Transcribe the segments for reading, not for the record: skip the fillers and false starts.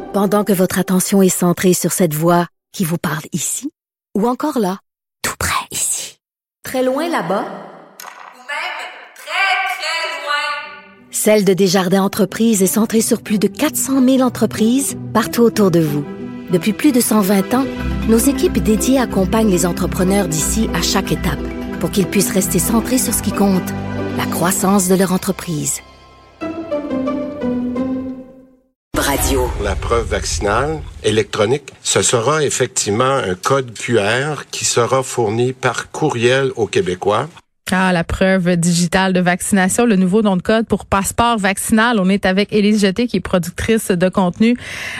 Pendant que votre attention est centrée sur cette voix qui vous parle ici, ou encore là, tout près ici, très loin là-bas, ou même très, très loin. Celle de Desjardins Entreprises est centrée sur plus de 400 000 entreprises partout autour de vous. Depuis plus de 120 ans, nos équipes dédiées accompagnent les entrepreneurs d'ici à chaque étape pour qu'ils puissent rester centrés sur ce qui compte, la croissance de leur entreprise. Radio. La preuve vaccinale électronique, ce sera effectivement un code QR qui sera fourni par courriel aux Québécois. Ah, la preuve digitale de vaccination, le nouveau nom de code pour passeport vaccinal. On est avec Élise Jeté, qui est productrice de contenu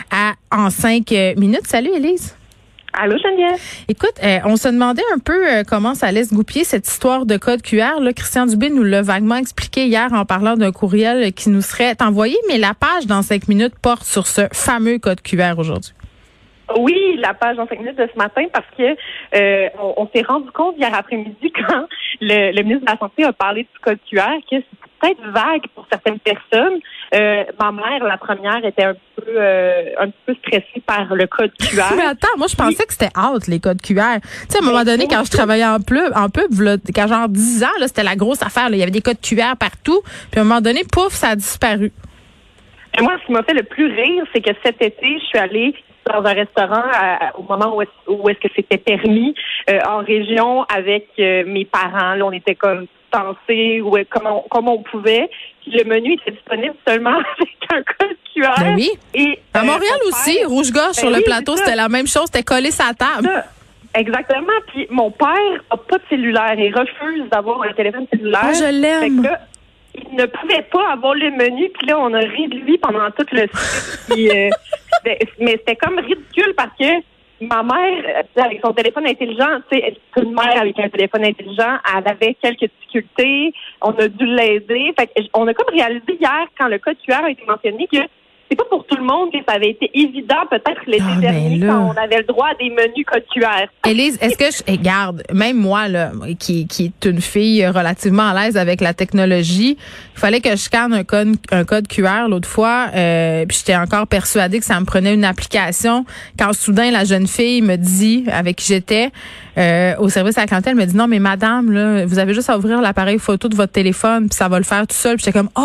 en 5 minutes. Salut, Élise. Allô, Geneviève. Écoute, on se demandait un peu comment ça allait se goupiller, cette histoire de code QR. Là, Christian Dubé nous l'a vaguement expliqué hier en parlant d'un courriel qui nous serait envoyé, mais la page dans 5 minutes porte sur ce fameux code QR aujourd'hui. Oui, la page dans 5 minutes de ce matin, parce que on s'est rendu compte hier après-midi quand le ministre de la Santé a parlé du code QR que c'est peut-être vague pour certaines personnes. Ma mère, la première, était un petit peu stressée par le code QR. Mais attends, moi je pensais que c'était out, les codes QR. Tu sais, à un moment donné, quand je travaillais en pub, là, quand genre 10 ans, là, c'était la grosse affaire. Là. Il y avait des codes QR partout. Puis à un moment donné, pouf, ça a disparu. Et moi, ce qui m'a fait le plus rire, c'est que cet été, je suis allée dans un restaurant au moment où est-ce que c'était permis en région avec mes parents. Là, on était comme pensés comme on pouvait. Puis le menu était disponible seulement avec un code QR. Ben oui. Et, à Montréal aussi, rouge-gorge sur le plateau, c'était la même chose. C'était collé sur la table. Exactement. Puis mon père n'a pas de cellulaire. Il refuse d'avoir un téléphone cellulaire. Oh, je l'aime. Il ne pouvait pas avoir le menu, puis là, on a ri de lui pendant tout le site. Mais c'était comme ridicule parce que ma mère, avec son téléphone intelligent, tu sais, une mère avec un téléphone intelligent, elle avait quelques difficultés, on a dû l'aider. Fait on a comme réalisé hier, quand le code QR a été mentionné, que c'est pas pour tout le monde que ça avait été évident, peut-être l'été dernier, quand on avait le droit à des menus code QR. Élise, est-ce que regarde, même moi, là, qui est une fille relativement à l'aise avec la technologie, il fallait que je scanne un code QR l'autre fois, puis j'étais encore persuadée que ça me prenait une application. Quand soudain, la jeune fille me dit, avec qui j'étais, au service à la clientèle, elle me dit, non, mais madame, là, vous avez juste à ouvrir l'appareil photo de votre téléphone, puis ça va le faire tout seul. Puis j'étais comme,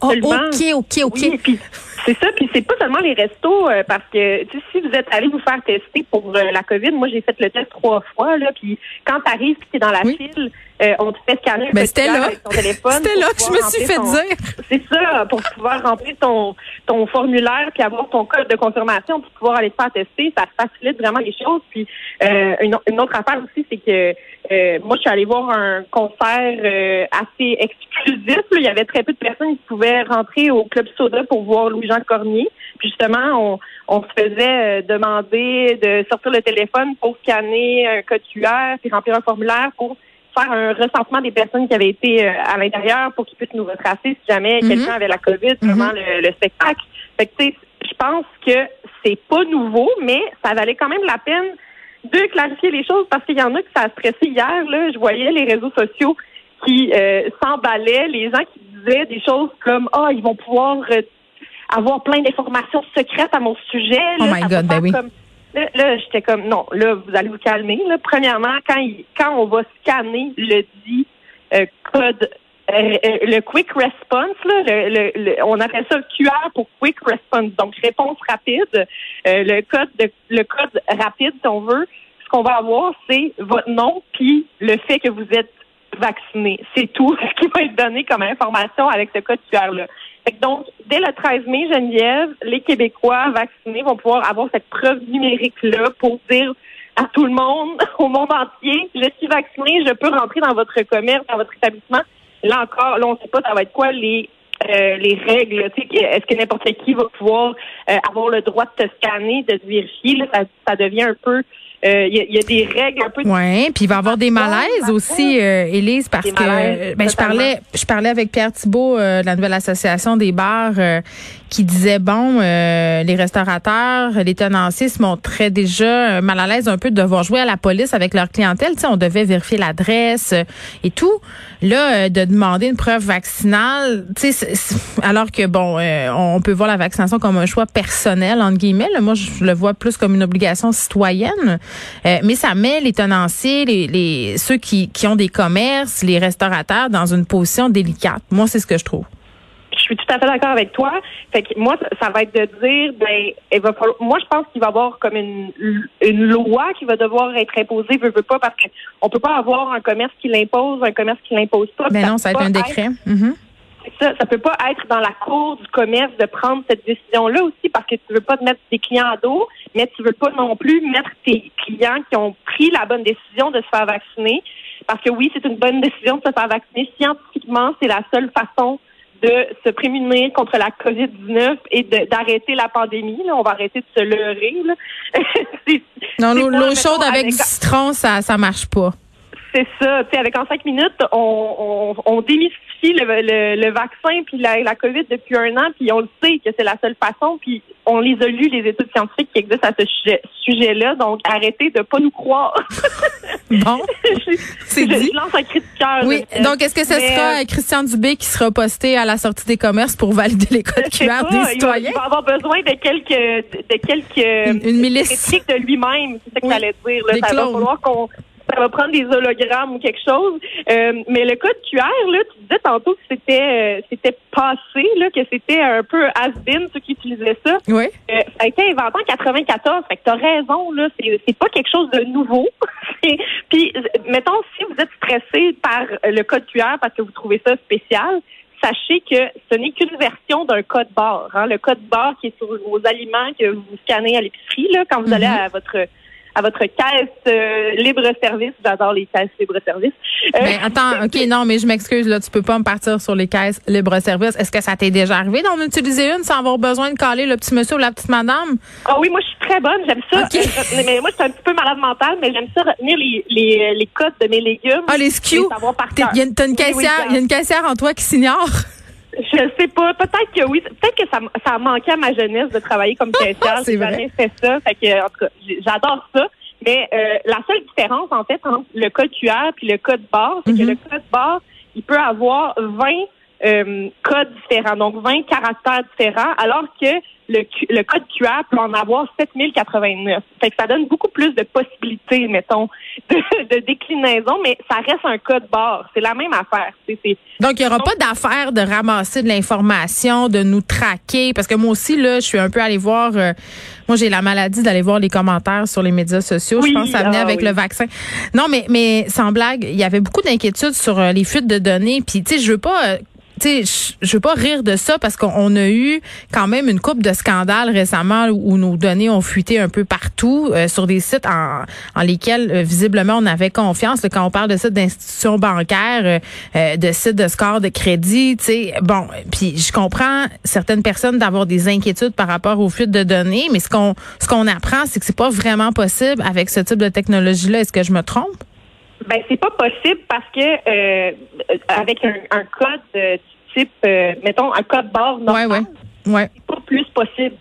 OK. Oui, puis c'est ça, puis c'est pas seulement les restos, parce que si vous êtes allé vous faire tester pour la COVID, moi j'ai fait le test 3 fois, là, puis quand t'arrives puis t'es dans la file, on te fait scanner avec ton téléphone. C'était là que je me suis fait dire. C'est ça, pour pouvoir remplir ton formulaire puis avoir ton code de confirmation pour pouvoir aller te faire tester, ça facilite vraiment les choses. Puis une autre affaire aussi, c'est que moi je suis allée voir un concert assez exclusif. Là. Il y avait très peu de personnes qui pouvaient rentrer au Club Soda pour voir Louis-Jean Cormier. Puis justement, on se faisait demander de sortir le téléphone pour scanner un code QR puis remplir un formulaire pour faire un recensement des personnes qui avaient été à l'intérieur pour qu'ils puissent nous retracer si jamais quelqu'un avait la COVID durant le spectacle. Fait que, tu sais, je pense que c'est pas nouveau, mais ça valait quand même la peine de clarifier les choses parce qu'il y en a qui ça a stressé hier. Là, je voyais les réseaux sociaux qui s'emballaient, les gens qui disaient des choses comme « ils vont pouvoir avoir plein d'informations secrètes à mon sujet. » Oh my God, ben oui. Là, j'étais comme, non, là, vous allez vous calmer. Là. Premièrement, quand on va scanner le dit code, le quick response, là, on appelle ça le QR pour quick response, donc réponse rapide. Le code rapide, si on veut, ce qu'on va avoir, c'est votre nom puis le fait que vous êtes vacciné. C'est tout ce qui va être donné comme information avec ce code QR-là. Donc, dès le 13 mai, Geneviève, les Québécois vaccinés vont pouvoir avoir cette preuve numérique-là pour dire à tout le monde, au monde entier, je suis vacciné, je peux rentrer dans votre commerce, dans votre établissement. Là encore, là, on ne sait pas ça va être quoi les règles. Est-ce que n'importe qui va pouvoir avoir le droit de te scanner, de te vérifier? Là, ça devient un peu... Il y a des règles un peu... Oui, puis il va y avoir des malaises aussi, Élise, parce que je parlais avec Pierre Thibault de la nouvelle association des bars. qui disait, bon, les restaurateurs, les tenanciers se montraient déjà mal à l'aise un peu de devoir jouer à la police avec leur clientèle. Tu sais, on devait vérifier l'adresse et tout. Là, de demander une preuve vaccinale, tu sais, alors que, bon, on peut voir la vaccination comme un choix personnel, entre guillemets. Là, moi, je le vois plus comme une obligation citoyenne. Mais ça met les tenanciers, ceux qui ont des commerces, les restaurateurs dans une position délicate. Moi, c'est ce que je trouve. Je suis tout à fait d'accord avec toi. Fait que moi, ça va être de dire, il va falloir, moi, je pense qu'il va y avoir comme une loi qui va devoir être imposée, veut pas, parce qu'on peut pas avoir un commerce qui l'impose, un commerce qui l'impose pas. Mais non, ça va être un décret. Ça peut pas être dans la cour du commerce de prendre cette décision-là aussi, parce que tu veux pas te mettre tes clients à dos, mais tu veux pas non plus mettre tes clients qui ont pris la bonne décision de se faire vacciner. Parce que oui, c'est une bonne décision de se faire vacciner. Scientifiquement, c'est la seule façon de se prémunir contre la COVID-19 et d'arrêter la pandémie. Là. On va arrêter de se leurrer. Là. Non, l'eau chaude avec du citron, ça marche pas. C'est ça. Tu sais, avec en 5 minutes, on démystifie le vaccin puis la COVID depuis 1 an, puis on le sait que c'est la seule façon, puis on les a lus, les études scientifiques qui existent à ce sujet-là, donc arrêtez de pas nous croire. Bon, c'est dit. Je lance un cri de cœur. Oui, donc est-ce que ce sera Christian Dubé qui sera posté à la sortie des commerces pour valider les codes QR des citoyens? Il va avoir besoin de quelques une milice de lui-même, c'est ça que j'allais dire. Là. Ça va falloir ça va prendre des hologrammes ou quelque chose. Mais le code QR, là, tu disais tantôt que c'était passé, là, que c'était un peu has-been, ceux qui utilisaient ça. Oui. Ça a été inventé en 94. Fait que t'as raison, là. C'est pas quelque chose de nouveau. Puis, mettons, si vous êtes stressé par le code QR parce que vous trouvez ça spécial, sachez que ce n'est qu'une version d'un code barre. Hein. Le code barre qui est sur vos aliments que vous scannez à l'épicerie, là, quand vous allez à votre caisse libre-service. J'adore les caisses libre-service. Ben, attends, OK, non, mais je m'excuse, là, tu peux pas me partir sur les caisses libre-service. Est-ce que ça t'est déjà arrivé d'en utiliser une sans avoir besoin de caler le petit monsieur ou la petite madame? Ah oui, moi, je suis très bonne, j'aime ça. Okay. Mais moi, je suis un petit peu malade mentale, mais j'aime ça retenir les codes de mes légumes. Ah, les SKU? Il y a une caissière en toi qui s'ignore. Je sais pas. Peut-être que oui. Peut-être que ça a manqué à ma jeunesse de travailler comme caissière. J'ai jamais fait ça. Fait que, en tout cas, j'adore ça. Mais la seule différence, en fait, entre le code QR puis le code barre, c'est que le code barre, il peut avoir 20 codes différents, donc 20 caractères différents, alors que le code QR peut en avoir 7089. Fait que ça donne beaucoup plus de possibilités, mettons, de déclinaison, mais ça reste un code barre. C'est la même affaire. Donc, il n'y aura pas d'affaire de ramasser de l'information, de nous traquer, parce que moi aussi, là, je suis un peu allée voir, moi, j'ai la maladie d'aller voir les commentaires sur les médias sociaux. Oui, je pense que ça venait avec le vaccin. Non, mais sans blague, il y avait beaucoup d'inquiétudes sur les fuites de données, puis, tu sais, je veux pas rire de ça parce qu'on a eu quand même une couple de scandales récemment où nos données ont fuité un peu partout sur des sites en lesquels visiblement on avait confiance. Là, quand on parle de sites d'institutions bancaires, de sites de score de crédit, tu sais, bon, puis je comprends certaines personnes d'avoir des inquiétudes par rapport aux fuites de données, mais ce qu'on apprend, c'est que c'est pas vraiment possible avec ce type de technologie-là. Est-ce que je me trompe? Ben, c'est pas possible parce que avec un code type, mettons, un code barre normal, c'est pas plus possible.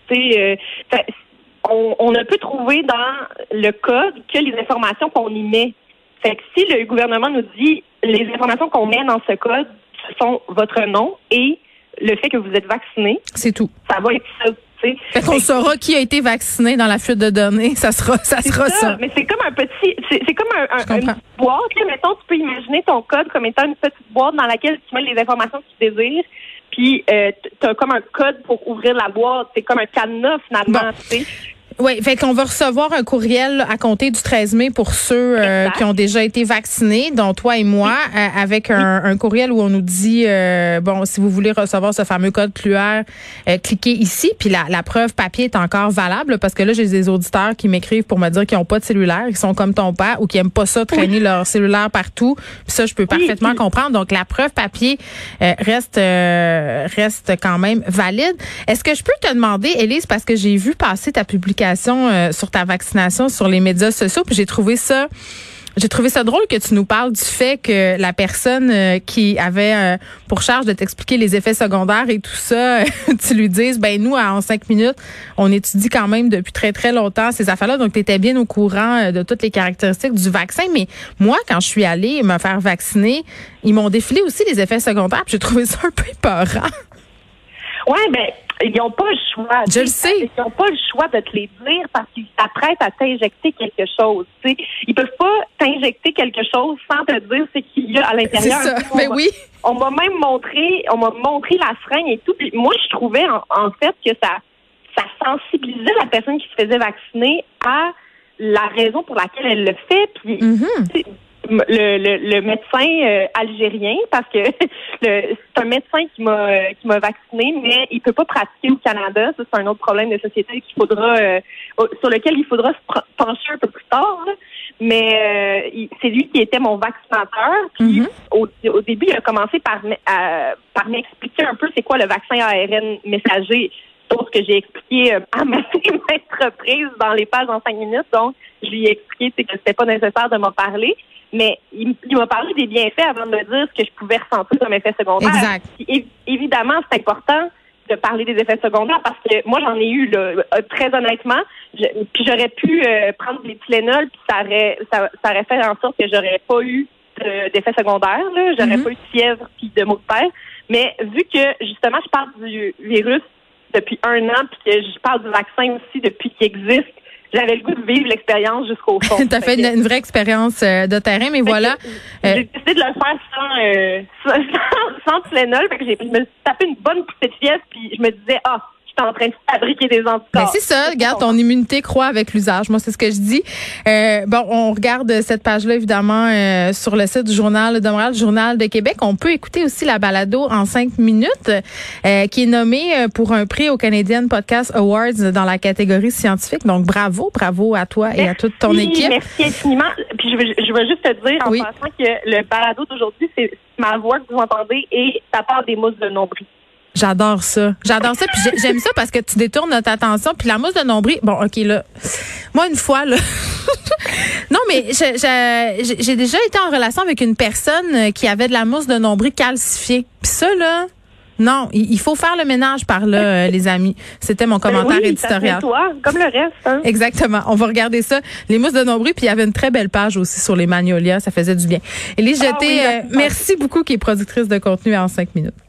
On ne peut trouver dans le code que les informations qu'on y met. Fait que si le gouvernement nous dit les informations qu'on met dans ce code, ce sont votre nom et le fait que vous êtes vacciné, c'est tout. Ça va être ça. Fait qu'on saura qui a été vacciné dans la fuite de données. Ça sera ça. Mais c'est comme un petit, c'est comme une boîte. Là, mettons, tu peux imaginer ton code comme étant une petite boîte dans laquelle tu mets les informations que tu désires. Puis, tu as comme un code pour ouvrir la boîte. C'est comme un cadenas, finalement, tu sais. Oui, fait qu'on va recevoir un courriel à compter du 13 mai pour ceux qui ont déjà été vaccinés, dont toi et moi, avec un courriel où on nous dit, bon, si vous voulez recevoir ce fameux code QR, cliquez ici. Puis la preuve papier est encore valable parce que là, j'ai des auditeurs qui m'écrivent pour me dire qu'ils n'ont pas de cellulaire, qui sont comme ton père ou qui aiment pas ça, traîner leur cellulaire partout. Puis ça, je peux parfaitement comprendre. Donc, la preuve papier reste quand même valide. Est-ce que je peux te demander, Élise, parce que j'ai vu passer ta publication sur ta vaccination sur les médias sociaux, puis j'ai trouvé ça J'ai trouvé ça drôle que tu nous parles du fait que la personne qui avait pour charge de t'expliquer les effets secondaires et tout ça, tu lui dises, ben nous, en 5 minutes, on étudie quand même depuis très, très longtemps ces affaires-là. Donc, tu étais bien au courant de toutes les caractéristiques du vaccin. Mais moi, quand je suis allée me faire vacciner, ils m'ont défilé aussi les effets secondaires. Puis j'ai trouvé ça un peu épeurant. Oui, ben, ils n'ont pas le choix. Je le sais. Ils n'ont pas le choix de te les dire parce qu'ils s'apprêtent à t'injecter quelque chose. T'sais. Ils peuvent pas t'injecter quelque chose sans te dire ce qu'il y a à l'intérieur. C'est ça. Ben oui. On m'a même montré la seringue et tout. Puis moi, je trouvais en fait que ça sensibilisait la personne qui se faisait vacciner à la raison pour laquelle elle le fait. Puis le médecin algérien, parce que c'est un médecin qui m'a vacciné, mais il peut pas pratiquer au Canada. Ça, c'est un autre problème de société sur lequel il faudra se pencher un peu plus tard. Là. Mais c'est lui qui était mon vaccinateur. Puis au début, il a commencé par m'expliquer un peu c'est quoi le vaccin ARN messager. Chose que j'ai expliqué à ma maintes reprises dans les pages en 5 minutes. Donc, je lui ai expliqué que c'était pas nécessaire de m'en parler. Mais il m'a parlé des bienfaits avant de me dire ce que je pouvais ressentir comme effet secondaire. Exact. Puis, évidemment, c'est important de parler des effets secondaires parce que moi, j'en ai eu, là, très honnêtement. Puis j'aurais pu prendre des Tylenol, puis ça aurait fait en sorte que j'aurais pas eu d'effets secondaires. Là. J'aurais pas eu de fièvre puis de maux de tête. Mais vu que, justement, je parle du virus depuis 1 an, puis que je parle du vaccin aussi depuis qu'il existe, j'avais le goût de vivre l'expérience jusqu'au fond. Tu as fait une vraie expérience de terrain, mais voilà. J'ai décidé de le faire sans Tylenol, fait que je me suis tapé une bonne poussée de fièvre, puis je me disais, je suis en train de fabriquer des anticorps. Ben c'est ça, regarde, ton immunité croît avec l'usage. Moi, c'est ce que je dis. Bon, on regarde cette page-là, évidemment, sur le site du Journal de Montréal, du Journal de Québec. On peut écouter aussi la balado en 5 minutes, qui est nommée pour un prix au Canadian Podcast Awards dans la catégorie scientifique. Donc, bravo à toi et à toute ton équipe. Merci infiniment. Puis, je veux juste te dire, en passant, que le balado d'aujourd'hui, c'est ma voix que vous entendez et ça part des mousses de nombril. J'adore ça. Puis j'aime ça parce que tu détournes notre attention. Puis la mousse de nombril, bon, OK, là, moi, une fois, là, non, mais j'ai déjà été en relation avec une personne qui avait de la mousse de nombril calcifiée. Puis ça, là, non, il faut faire le ménage par là, les amis. C'était mon commentaire éditorial. Ça fait toi, comme le reste. Hein? Exactement. On va regarder ça. Les mousses de nombril, puis il y avait une très belle page aussi sur les magnolias. Ça faisait du bien. Élise Jeté, merci beaucoup, qui est productrice de contenu en 5 minutes.